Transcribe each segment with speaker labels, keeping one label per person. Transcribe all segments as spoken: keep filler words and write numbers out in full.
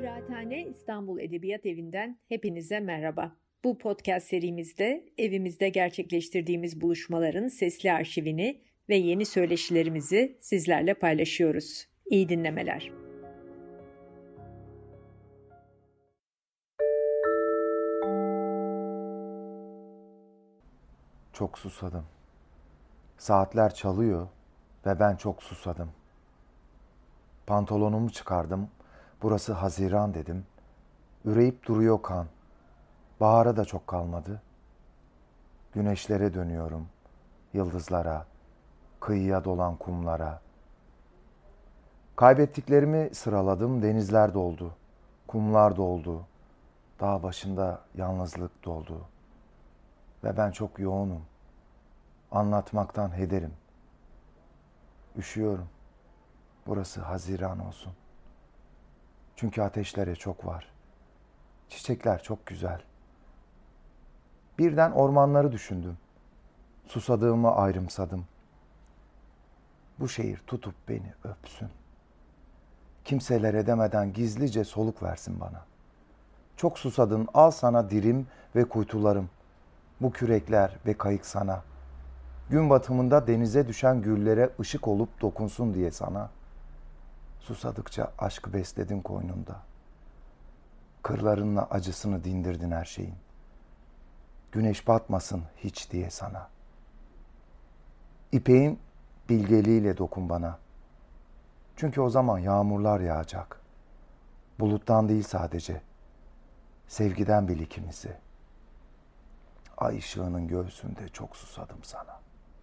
Speaker 1: Kıraathane İstanbul Edebiyat Evi'nden hepinize merhaba. Bu podcast serimizde evimizde gerçekleştirdiğimiz buluşmaların sesli arşivini ve yeni söyleşilerimizi sizlerle paylaşıyoruz. İyi dinlemeler.
Speaker 2: Çok susadım. Saatler çalıyor ve ben çok susadım. Pantolonumu çıkardım. Burası Haziran dedim. Üreyip duruyor kan. Bahara da çok kalmadı. Güneşlere dönüyorum. Yıldızlara, kıyıya dolan kumlara. Kaybettiklerimi sıraladım. Denizler doldu. Kumlar doldu. Dağ başında yalnızlık doldu. Ve ben çok yoğunum. Anlatmaktan ederim. Üşüyorum. Burası Haziran olsun. Çünkü ateşlere çok var. Çiçekler çok güzel. Birden ormanları düşündüm. Susadığımı ayrımsadım. Bu şehir tutup beni öpsün. Kimseler edemeden gizlice soluk versin bana. Çok susadın, al sana dirim ve kuytularım. Bu kürekler ve kayık sana. Gün batımında denize düşen güllere ışık olup dokunsun diye sana. Susadıkça aşkı besledin koynunda. Kırlarınla acısını dindirdin her şeyin. Güneş batmasın hiç diye sana. İpeğin bilgeliğiyle dokun bana. Çünkü o zaman yağmurlar yağacak. Buluttan değil sadece. Sevgiden bil ikimizi. Ay ışığının göğsünde çok susadım sana.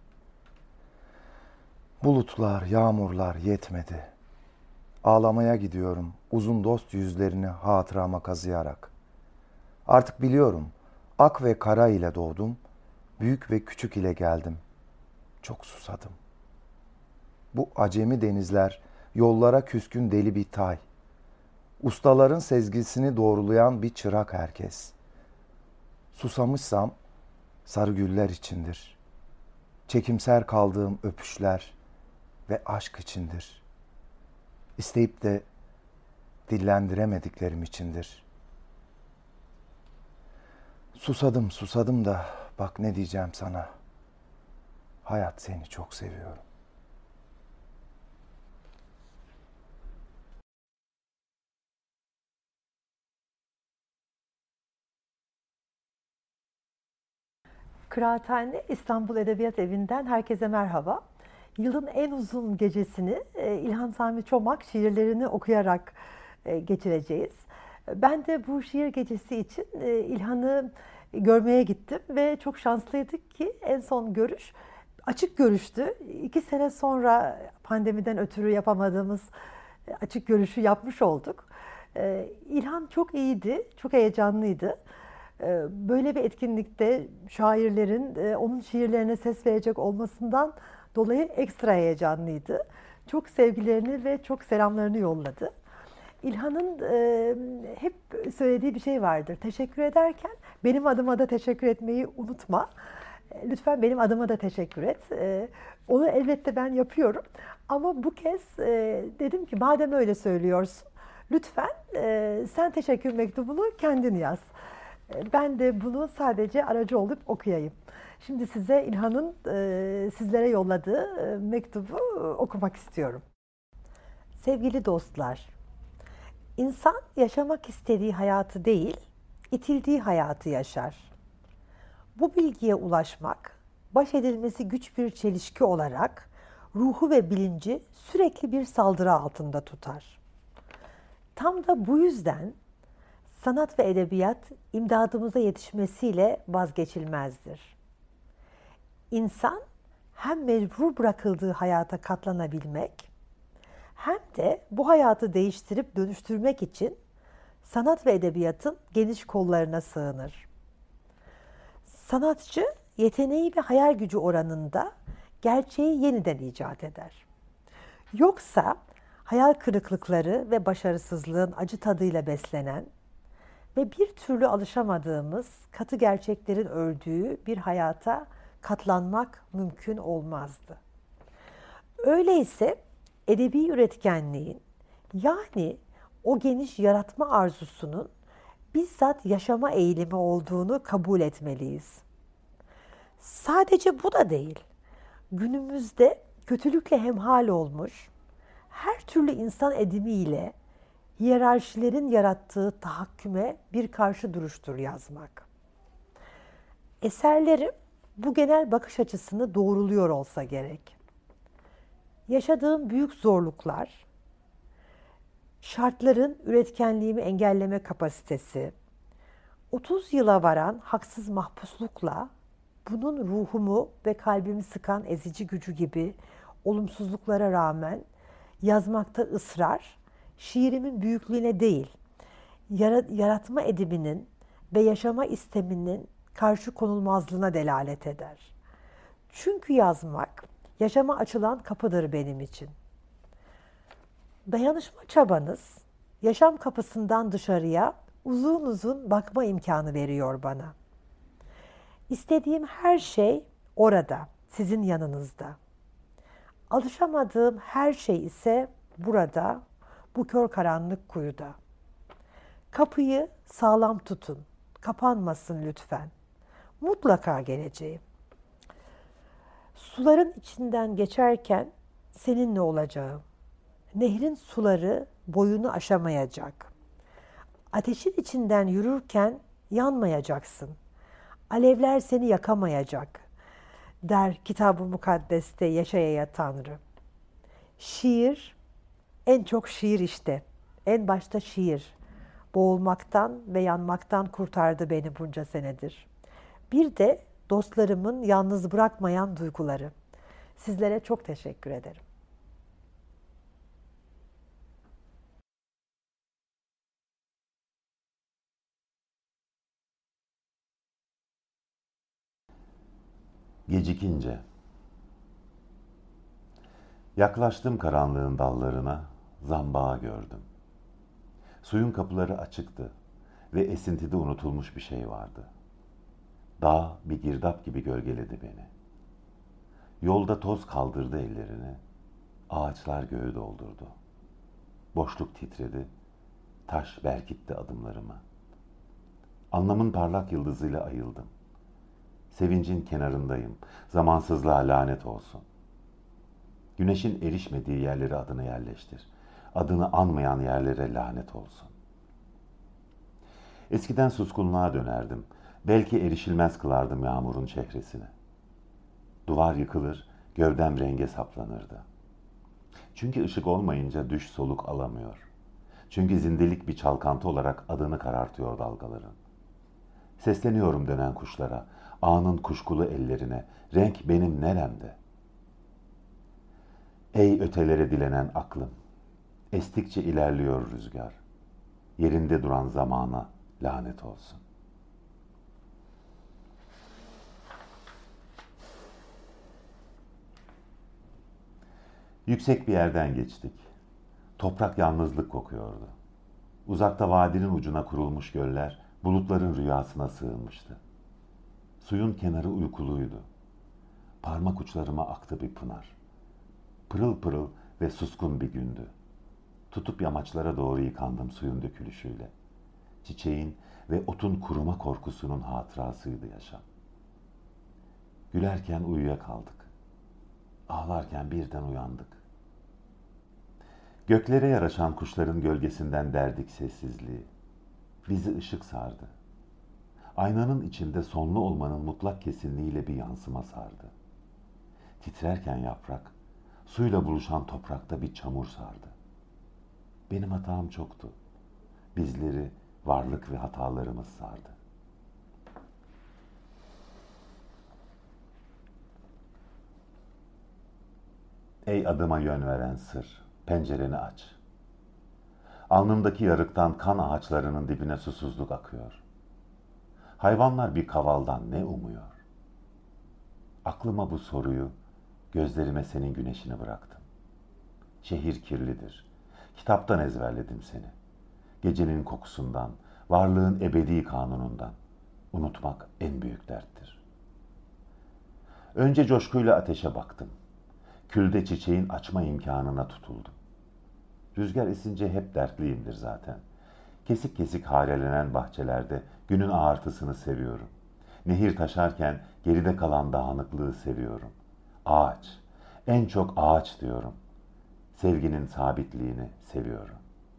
Speaker 2: Bulutlar, yağmurlar yetmedi. Ağlamaya gidiyorum uzun dost yüzlerini hatırama kazıyarak. Artık biliyorum ak ve kara ile doğdum, büyük ve küçük ile geldim. Çok susadım. Bu acemi denizler yollara küskün deli bir tay. Ustaların sezgisini doğrulayan bir çırak herkes. Susamışsam sarı güller içindir. Çekimser kaldığım öpüşler ve aşk içindir. İsteyip de dillendiremediklerim içindir. Susadım susadım da bak ne diyeceğim sana. Hayat seni çok seviyorum.
Speaker 3: Kıraathane İstanbul Edebiyat Evi'nden herkese merhaba. Yılın en uzun gecesini İlhan Sami Çomak şiirlerini okuyarak geçireceğiz. Ben de bu şiir gecesi için İlhan'ı görmeye gittim ve çok şanslıydık ki en son görüş açık görüştü. İki sene sonra pandemiden ötürü yapamadığımız açık görüşü yapmış olduk. İlhan çok iyiydi, çok heyecanlıydı. Böyle bir etkinlikte şairlerin onun şiirlerine ses verecek olmasından dolayı ekstra heyecanlıydı. Çok sevgilerini ve çok selamlarını yolladı. İlhan'ın e, hep söylediği bir şey vardır. Teşekkür ederken benim adıma da teşekkür etmeyi unutma. Lütfen benim adıma da teşekkür et. E, onu elbette ben yapıyorum. Ama bu kez e, dedim ki madem öyle söylüyorsun, lütfen e, sen teşekkür mektubunu kendin yaz. Ben de bunu sadece aracı olup okuyayım. Şimdi size İlhan'ın e, sizlere yolladığı e, mektubu okumak istiyorum. Sevgili dostlar, insan yaşamak istediği hayatı değil, itildiği hayatı yaşar. Bu bilgiye ulaşmak, baş edilmesi güç bir çelişki olarak ruhu ve bilinci sürekli bir saldırı altında tutar. Tam da bu yüzden sanat ve edebiyat imdadımıza yetişmesiyle vazgeçilmezdir. İnsan hem mecbur bırakıldığı hayata katlanabilmek, hem de bu hayatı değiştirip dönüştürmek için sanat ve edebiyatın geniş kollarına sığınır. Sanatçı, yeteneği ve hayal gücü oranında gerçeği yeniden icat eder. Yoksa hayal kırıklıkları ve başarısızlığın acı tadıyla beslenen ve bir türlü alışamadığımız katı gerçeklerin öldüğü bir hayata katlanmak mümkün olmazdı. Öyleyse edebi üretkenliğin, yani o geniş yaratma arzusunun bizzat yaşama eğilimi olduğunu kabul etmeliyiz. Sadece bu da değil. Günümüzde kötülükle hemhal olmuş, her türlü insan edimiyle hiyerarşilerin yarattığı tahakküme bir karşı duruştur yazmak. Eserlerim bu genel bakış açısını doğruluyor olsa gerek. Yaşadığım büyük zorluklar, şartların üretkenliğimi engelleme kapasitesi, otuz yıla varan haksız mahpuslukla bunun ruhumu ve kalbimi sıkan ezici gücü gibi olumsuzluklara rağmen yazmakta ısrar, şiirimin büyüklüğüne değil, yaratma edibinin ve yaşama isteminin karşı konulmazlığına delalet eder. Çünkü yazmak, yaşama açılan kapıdır benim için. Dayanışma çabanız, yaşam kapısından dışarıya uzun uzun bakma imkanı veriyor bana. İstediğim her şey orada, sizin yanınızda. Alışamadığım her şey ise burada, bu kör karanlık kuyuda. Kapıyı sağlam tutun, kapanmasın lütfen. Mutlaka geleceğim. Suların içinden geçerken seninle olacağım. Nehrin suları boyunu aşamayacak. Ateşin içinden yürürken yanmayacaksın. Alevler seni yakamayacak, der Kitab-ı Mukaddes'te Yaşayaya Tanrı. Şiir, en çok şiir işte. En başta şiir. Boğulmaktan ve yanmaktan kurtardı beni bunca senedir. Bir de dostlarımın yalnız bırakmayan duyguları. Sizlere çok teşekkür ederim.
Speaker 4: Gecikince. Yaklaştım karanlığın dallarına, zambağı gördüm. Suyun kapıları açıktı ve esintide unutulmuş bir şey vardı. Dağ bir girdap gibi gölgeledi beni. Yolda toz kaldırdı ellerini, ağaçlar göğü doldurdu. Boşluk titredi, taş berkitti adımlarımı. Anlamın parlak yıldızıyla ayıldım. Sevincin kenarındayım, zamansızlığa lanet olsun. Güneşin erişmediği yerlere adını yerleştir. Adını anmayan yerlere lanet olsun. Eskiden suskunluğa dönerdim. Belki erişilmez kılardım yağmurun çehresini. Duvar yıkılır, gövdem renge saplanırdı. Çünkü ışık olmayınca düş soluk alamıyor. Çünkü zindelik bir çalkantı olarak adını karartıyor dalgaların. Sesleniyorum dönen kuşlara, anın kuşkulu ellerine, renk benim neremde? Ey ötelere dilenen aklım, estikçe ilerliyor rüzgar, yerinde duran zamana lanet olsun. Yüksek bir yerden geçtik. Toprak yalnızlık kokuyordu. Uzakta vadinin ucuna kurulmuş göller, bulutların rüyasına sığınmıştı. Suyun kenarı uykuluydu. Parmak uçlarıma aktı bir pınar. Pırıl pırıl ve suskun bir gündü. Tutup yamaçlara doğru yıkandım suyun dökülüşüyle. Çiçeğin ve otun kuruma korkusunun hatırasıydı yaşam. Gülerken uyuyakaldık. Ağlarken birden uyandık. Göklere yaraşan kuşların gölgesinden derdik sessizliği. Bizi ışık sardı. Aynanın içinde sonlu olmanın mutlak kesinliğiyle bir yansıma sardı. Titrerken yaprak, suyla buluşan toprakta bir çamur sardı. Benim hatam çoktu. Bizleri varlık ve hatalarımız sardı. Ey adıma yön veren sır, pencereni aç. Alnımdaki yarıktan kan ağaçlarının dibine susuzluk akıyor. Hayvanlar bir kavaldan ne umuyor? Aklıma bu soruyu, gözlerime senin güneşini bıraktım. Şehir kirlidir. Kitaptan ezberledim seni. Gecenin kokusundan, varlığın ebedi kanunundan. Unutmak en büyük derttir. Önce coşkuyla ateşe baktım. Külde çiçeğin açma imkanına tutuldum. Rüzgar esince hep dertliyimdir zaten. Kesik kesik harelenen bahçelerde günün ağartısını seviyorum. Nehir taşarken geride kalan dağınıklığı seviyorum. Ağaç, en çok ağaç diyorum. Sevginin sabitliğini seviyorum.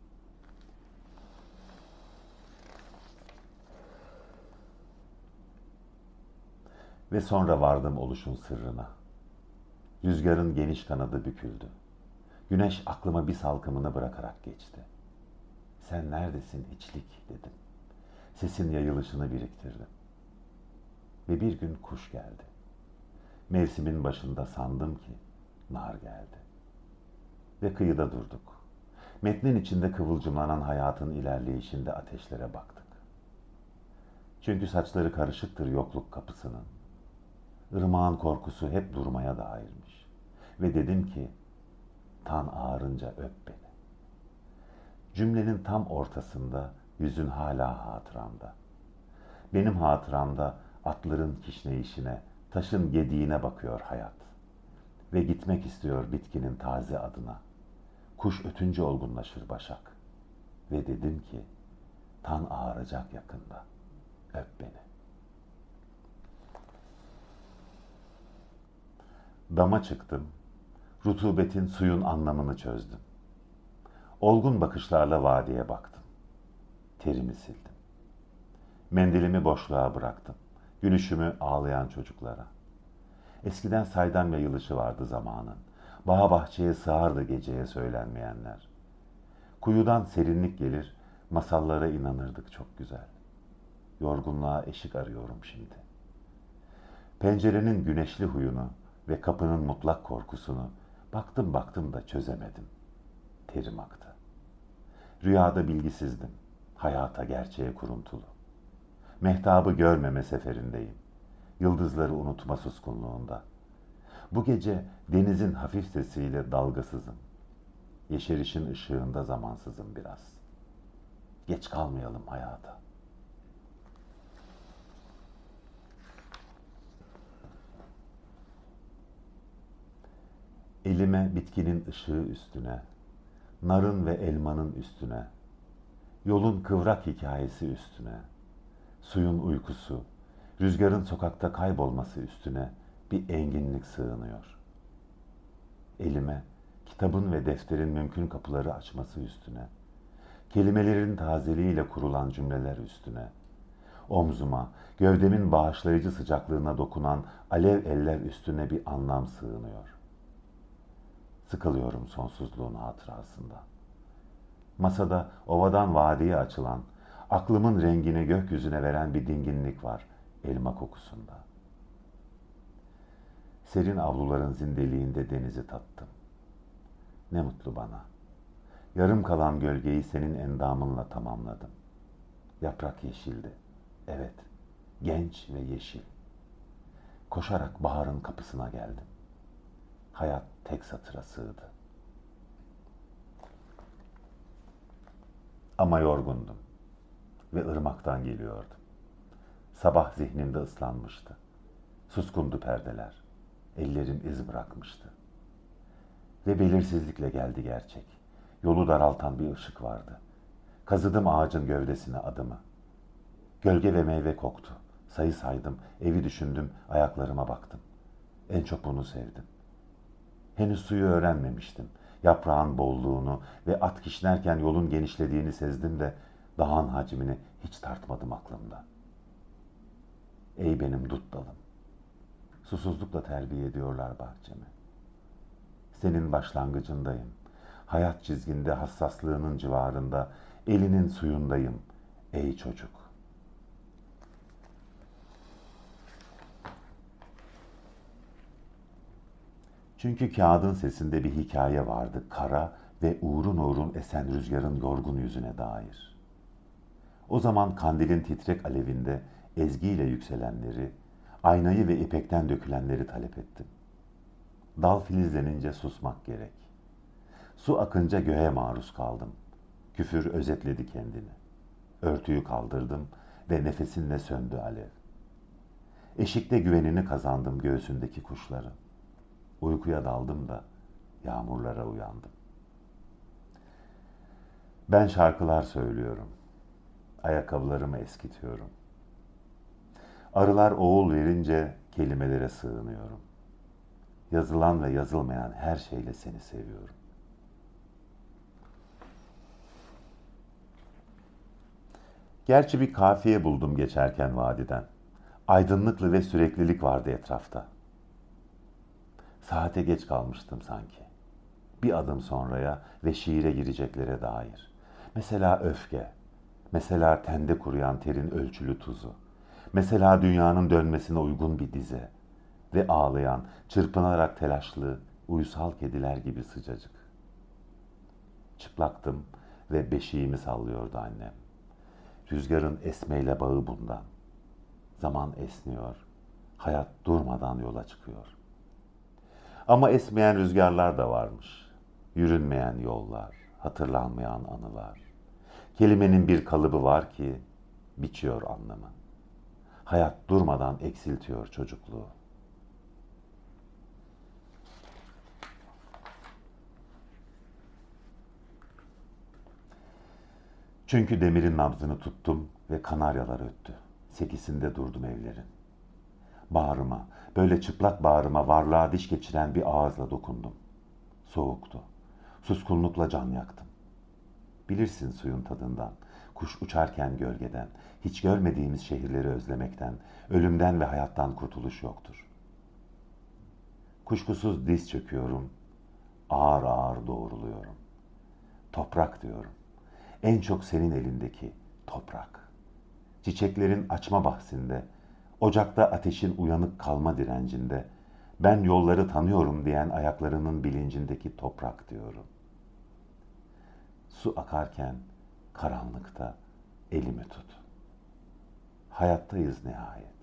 Speaker 4: Ve sonra vardım oluşun sırrına. Rüzgarın geniş kanadı büküldü. Güneş aklıma bir salkımını bırakarak geçti. Sen neredesin hiçlik dedim. Sesin yayılışını biriktirdim. Ve bir gün kuş geldi. Mevsimin başında sandım ki nar geldi. Ve kıyıda durduk. Metnin içinde kıvılcımlanan hayatın ilerleyişinde ateşlere baktık. Çünkü saçları karışıktır yokluk kapısının. Irmağın korkusu hep durmaya dairmiş. Ve dedim ki, tan ağarınca öp beni. Cümlenin tam ortasında yüzün hala hatıramda. Benim hatıramda atların kişneyişine, taşın gediğine bakıyor hayat. Ve gitmek istiyor bitkinin taze adına. Kuş ötünce olgunlaşır başak. Ve dedim ki, tan ağaracak yakında. Öp beni. Dama çıktım. Rutubetin suyun anlamını çözdüm. Olgun bakışlarla vadiye baktım. Terimi sildim. Mendilimi boşluğa bıraktım. Gülüşümü ağlayan çocuklara. Eskiden saydam yayılışı vardı zamanın. Bağ bahçeye sığardı geceye söylenmeyenler. Kuyudan serinlik gelir, masallara inanırdık çok güzel. Yorgunluğa eşik arıyorum şimdi. Pencerenin güneşli huyunu ve kapının mutlak korkusunu baktım baktım da çözemedim. Terim aktı. Rüyada bilgisizdim. Hayata, gerçeğe kuruntulu. Mehtabı görmeme seferindeyim. Yıldızları unutma suskunluğunda. Bu gece denizin hafif sesiyle dalgasızım. Yeşerişin ışığında zamansızım biraz. Geç kalmayalım hayata. Elime bitkinin ışığı üstüne, narın ve elmanın üstüne, yolun kıvrak hikayesi üstüne, suyun uykusu, rüzgarın sokakta kaybolması üstüne bir enginlik sığınıyor. Elime kitabın ve defterin mümkün kapıları açması üstüne, kelimelerin tazeliğiyle kurulan cümleler üstüne, omzuma, gövdemin bağışlayıcı sıcaklığına dokunan alev eller üstüne bir anlam sığınıyor. Sıkılıyorum sonsuzluğun hatırasında. Masada ovadan vadiye açılan, aklımın rengini gökyüzüne veren bir dinginlik var elma kokusunda. Serin avluların zindeliğinde denizi tattım. Ne mutlu bana. Yarım kalan gölgeyi senin endamınla tamamladım. Yaprak yeşildi. Evet, genç ve yeşil. Koşarak baharın kapısına geldim. Hayat tek satıra sığdı. Ama yorgundum ve ırmaktan geliyordum. Sabah zihnimde ıslanmıştı. Suskundu perdeler. Ellerim iz bırakmıştı. Ve belirsizlikle geldi gerçek. Yolu daraltan bir ışık vardı. Kazıdım ağacın gövdesine adımı. Gölge ve meyve koktu. Sayı saydım, evi düşündüm, ayaklarıma baktım. En çok bunu sevdim. Henüz suyu öğrenmemiştim. Yaprağın bolluğunu ve at kişnerken yolun genişlediğini sezdim de dağın hacmini hiç tartmadım aklımda. Ey benim dut dalım, susuzlukla terbiye ediyorlar bahçemi. Senin başlangıcındayım, hayat çizginde hassaslığının civarında, elinin suyundayım, ey çocuk. Çünkü kağıdın sesinde bir hikaye vardı, kara ve uğrun uğrun esen rüzgarın yorgun yüzüne dair. O zaman kandilin titrek alevinde ezgiyle yükselenleri, aynayı ve ipekten dökülenleri talep ettim. Dal filizlenince susmak gerek. Su akınca göğe maruz kaldım. Küfür özetledi kendini. Örtüyü kaldırdım ve nefesinle söndü alev. Eşikte güvenini kazandım göğsündeki kuşların. Uykuya daldım da yağmurlara uyandım. Ben şarkılar söylüyorum. Ayakkabılarımı eskitiyorum. Arılar oğul verince kelimelere sığınıyorum. Yazılan ve yazılmayan her şeyle seni seviyorum. Gerçi bir kafiye buldum geçerken vadiden. Aydınlıklı ve süreklilik vardı etrafta. Saate geç kalmıştım sanki. Bir adım sonraya ve şiire gireceklere dair. Mesela öfke, mesela tende kuruyan terin ölçülü tuzu, mesela dünyanın dönmesine uygun bir dize ve ağlayan, çırpınarak telaşlı, uysal kediler gibi sıcacık. Çıplaktım ve beşiğimi sallıyordu annem. Rüzgarın esmeyle bağı bundan. Zaman esniyor, hayat durmadan yola çıkıyor. Ama esmeyen rüzgarlar da varmış. Yürünmeyen yollar, hatırlanmayan anılar. Kelimenin bir kalıbı var ki biçiyor anlamı. Hayat durmadan eksiltiyor çocukluğu. Çünkü demirin nabzını tuttum ve kanaryalar öttü. Sekisinde durdum evlerin. Bağrıma, böyle çıplak bağrıma varlığa diş geçiren bir ağızla dokundum. Soğuktu. Suskunlukla can yaktım. Bilirsin suyun tadından, kuş uçarken gölgeden, hiç görmediğimiz şehirleri özlemekten, ölümden ve hayattan kurtuluş yoktur. Kuşkusuz diz çöküyorum, ağır ağır doğruluyorum. Toprak diyorum. En çok senin elindeki toprak. Çiçeklerin açma bahsinde, ocakta ateşin uyanık kalma direncinde, ben yolları tanıyorum diyen ayaklarının bilincindeki toprak diyorum. Su akarken karanlıkta elimi tut. Hayattayız nihayet.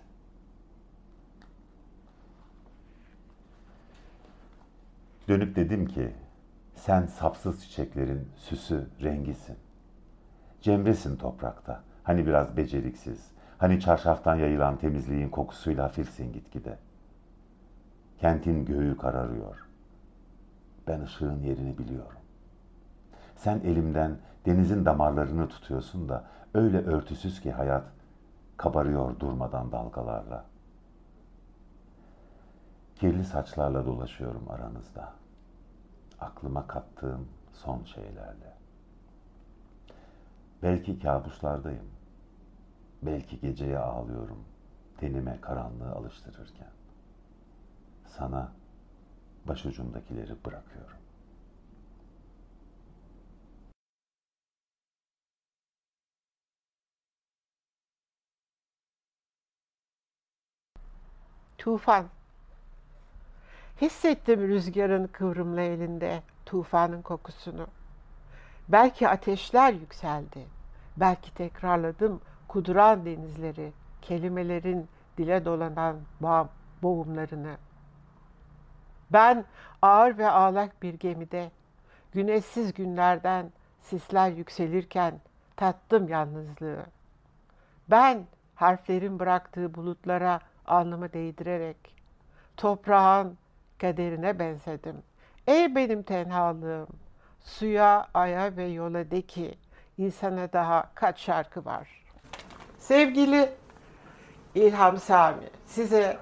Speaker 4: Dönüp dedim ki, sen sapsız çiçeklerin süsü, rengisin. Cemresin toprakta, hani biraz beceriksiz, hani çarşaftan yayılan temizliğin kokusuyla hafifsin gitgide. Kentin göğü kararıyor. Ben ışığın yerini biliyorum. Sen elimden denizin damarlarını tutuyorsun da öyle örtüsüz ki hayat kabarıyor durmadan dalgalarla. Kirli saçlarla dolaşıyorum aranızda. Aklıma kattığım son şeylerle. Belki kabuslardayım. Belki geceye ağlıyorum tenime karanlığı alıştırırken. Sana başucumdakileri bırakıyorum.
Speaker 5: Tufan. Hissettim rüzgarın kıvrımlı elinde tufanın kokusunu. Belki ateşler yükseldi. Belki tekrarladım kuduran denizleri, kelimelerin dile dolanan boğumlarını. Ben ağır ve ağlak bir gemide, güneşsiz günlerden sisler yükselirken tattım yalnızlığı. Ben harflerin bıraktığı bulutlara alnımı değdirerek toprağın kaderine benzedim. Ey benim tenhalığım, suya, aya ve yola de ki insana daha kaç şarkı var. Sevgili İlham Sami, size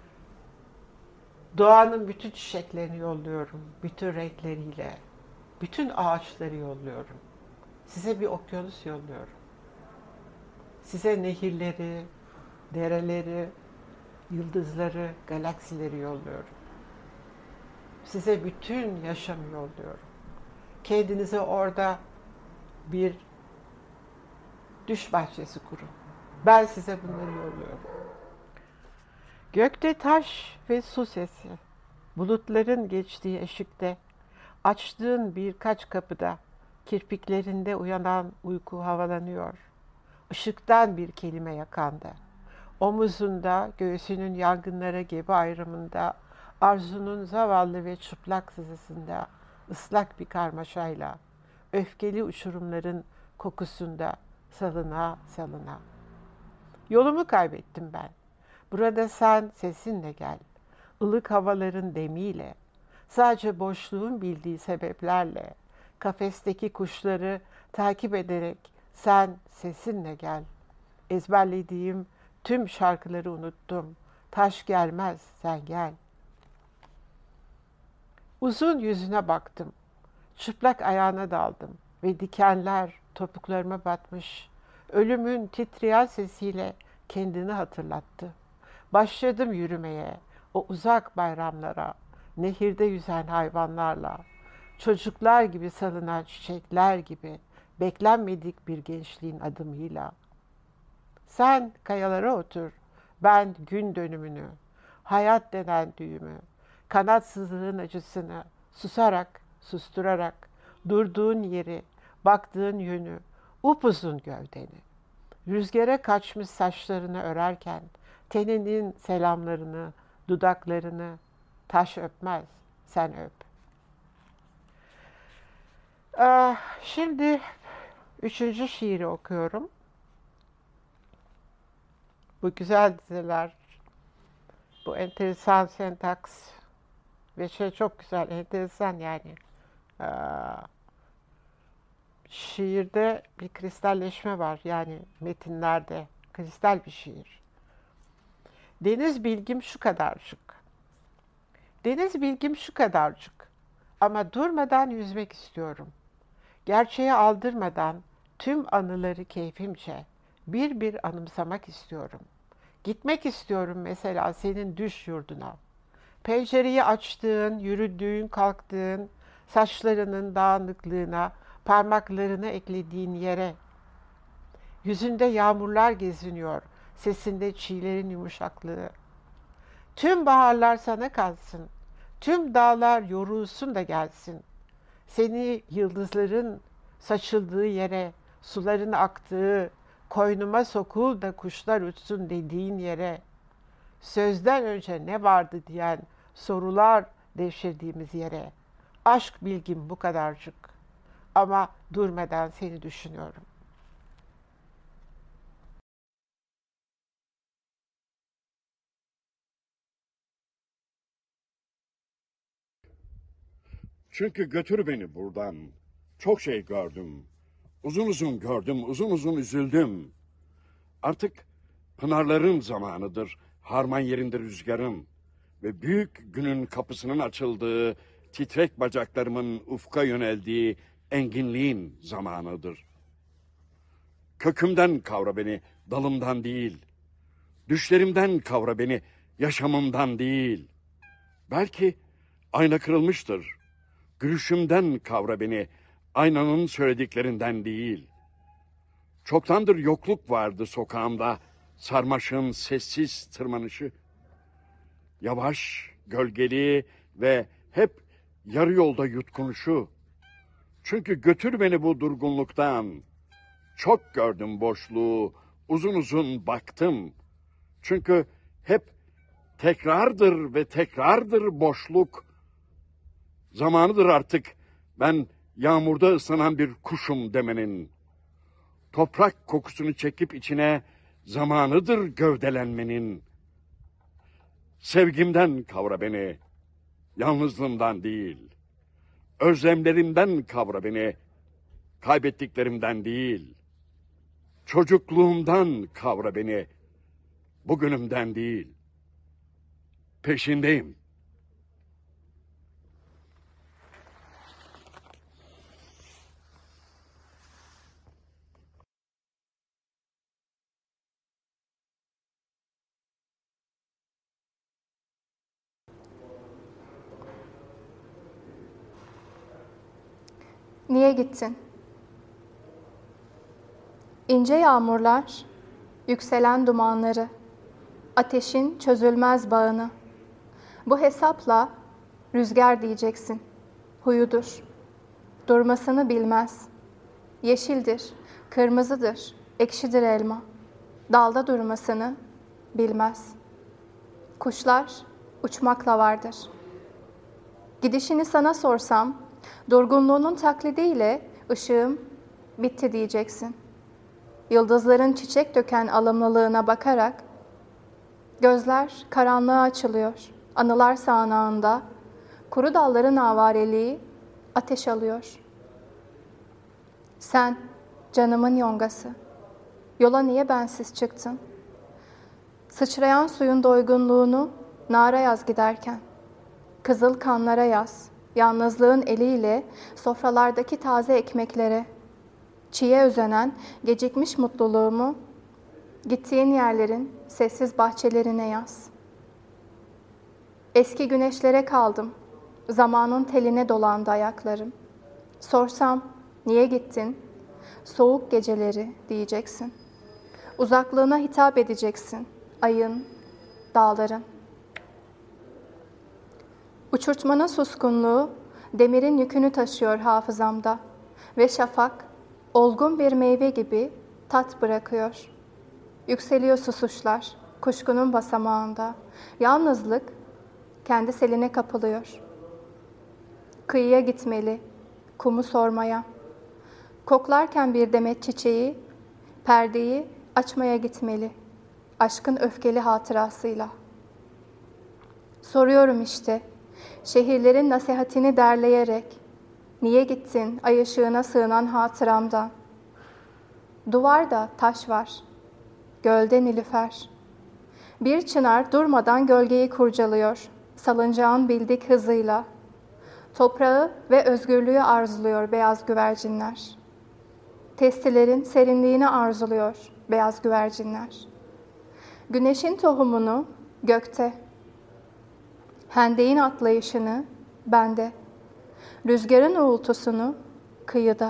Speaker 5: doğanın bütün çiçeklerini yolluyorum, bütün renkleriyle, bütün ağaçları yolluyorum. Size bir okyanus yolluyorum. Size nehirleri, dereleri, yıldızları, galaksileri yolluyorum. Size bütün yaşamı yolluyorum. Kendinize orada bir düş bahçesi kurun. Ben size bunları yolluyorum. Gökte taş ve su sesi, bulutların geçtiği eşikte, açtığın birkaç kapıda, kirpiklerinde uyanan uyku havalanıyor. Işıktan bir kelime yakanda, omuzunda, göğsünün yangınlara gebe ayrımında, arzunun zavallı ve çıplak sızısında, ıslak bir karmaşayla, öfkeli uçurumların kokusunda salına salına. Yolumu kaybettim ben. Burada sen sesinle gel, ılık havaların demiyle, sadece boşluğun bildiği sebeplerle, Kafesteki kuşları takip ederek sen sesinle gel. Ezberlediğim tüm şarkıları unuttum. Taş gelmez, sen gel. Uzun yüzüne baktım. Çıplak ayağına daldım ve dikenler topuklarıma batmış. Ölümün titreyen sesiyle kendini hatırlattı. Başladım yürümeye, o uzak bayramlara, nehirde yüzen hayvanlarla, çocuklar gibi salınan çiçekler gibi beklenmedik bir gençliğin adımıyla. Sen kayalara otur, ben gün dönümünü, hayat denen düğümü, kanatsızlığın acısını susarak, susturarak, durduğun yeri, baktığın yönü, upuzun gövdeni, rüzgara kaçmış saçlarını örerken, teninin selamlarını, dudaklarını taş öpmez, sen öp. Ah, şimdi üçüncü şiiri okuyorum. Bu güzel dizeler, bu enteresan sentaks ve şey çok güzel, enteresan yani. Ee, şiirde bir kristalleşme var, yani metinlerde kristal bir şiir. Deniz bilgim şu kadarcık. Deniz bilgim şu kadarcık. Ama durmadan yüzmek istiyorum. Gerçeğe aldırmadan tüm anıları keyfimce bir bir anımsamak istiyorum. Gitmek istiyorum mesela senin düş yurduna. Pencereyi açtığın, yürüdüğün, kalktığın, saçlarının dağınıklığına, parmaklarını eklediğin yere. Yüzünde yağmurlar geziniyor, sesinde çiğlerin yumuşaklığı. Tüm baharlar sana kalsın, tüm dağlar yorulsun da gelsin. Seni yıldızların saçıldığı yere, suların aktığı, koynuma sokul da kuşlar uçsun dediğin yere, sözden önce ne vardı diyen sorular devşirdiğimiz yere, aşk bilgim bu kadarcık ama durmadan seni düşünüyorum.
Speaker 6: Çünkü götür beni buradan. Çok şey gördüm. Uzun uzun gördüm, uzun uzun üzüldüm. Artık pınarların zamanıdır, harman yerinde rüzgarım. Ve büyük günün kapısının açıldığı, titrek bacaklarımın ufka yöneldiği enginliğin zamanıdır. Kökümden kavra beni, dalımdan değil. Düşlerimden kavra beni, yaşamımdan değil. Belki ayna kırılmıştır. Gülüşümden kavra beni, aynanın söylediklerinden değil. Çoktandır yokluk vardı sokağımda, sarmaşığın sessiz tırmanışı. Yavaş, gölgeli ve hep yarı yolda yutkunuşu. Çünkü götür beni bu durgunluktan. Çok gördüm boşluğu, uzun uzun baktım. Çünkü hep tekrardır ve tekrardır boşluk. Zamanıdır artık ben yağmurda ıslanan bir kuşum demenin. Toprak kokusunu çekip içine zamanıdır gövdelenmenin. Sevgimden kavra beni, yalnızlığımdan değil. Özlemlerimden kavra beni, kaybettiklerimden değil. Çocukluğumdan kavra beni, bugünümden değil. Peşindeyim.
Speaker 7: Niye gittin? İnce yağmurlar, yükselen dumanları, ateşin çözülmez bağını. Bu hesapla rüzgar diyeceksin, huyudur. Durmasını bilmez. Yeşildir, kırmızıdır, ekşidir elma. Dalda durmasını bilmez. Kuşlar uçmakla vardır. Gidişini sana sorsam, durgunluğunun taklidiyle ışığım bitti diyeceksin. Yıldızların çiçek döken alımlılığına bakarak, gözler karanlığa açılıyor. Anılar sağanağında, kuru dalların avareliği ateş alıyor. Sen, canımın yongası, yola niye bensiz çıktın? Sıçrayan suyun doygunluğunu nara yaz giderken, kızıl kanlara yaz, yalnızlığın eliyle sofralardaki taze ekmeklere, çiğe özenen gecikmiş mutluluğumu, gittiğin yerlerin sessiz bahçelerine yaz. Eski güneşlere kaldım, zamanın teline dolandı ayaklarım. Sorsam, niye gittin? Soğuk geceleri diyeceksin. Uzaklığına hitap edeceksin, ayın, dağların. Uçurtmanın suskunluğu, demirin yükünü taşıyor hafızamda ve şafak, olgun bir meyve gibi tat bırakıyor. Yükseliyor susuşlar, kuşkunun basamağında. Yalnızlık kendi seline kapılıyor. Kıyıya gitmeli, kumu sormaya. Koklarken bir demet çiçeği, perdeyi açmaya gitmeli. Aşkın öfkeli hatırasıyla. Soruyorum işte, şehirlerin nasihatini derleyerek, niye gittin ay ışığına sığınan hatıramdan? Duvarda taş var, gölde nilüfer. Bir çınar durmadan gölgeyi kurcalıyor, salıncağın bildik hızıyla. Toprağı ve özgürlüğü arzuluyor beyaz güvercinler. Testilerin serinliğini arzuluyor beyaz güvercinler. Güneşin tohumunu gökte, hendeğin atlayışını bende, rüzgarın uğultusunu kıyıda.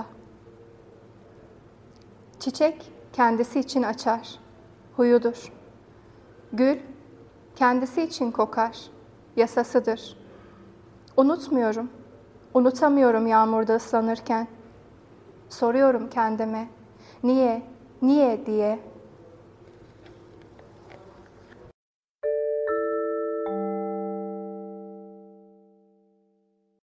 Speaker 7: Çiçek kendisi için açar, huyudur. Gül kendisi için kokar, yasasıdır. Unutmuyorum, unutamıyorum yağmurda ıslanırken. Soruyorum kendime, niye, niye diye.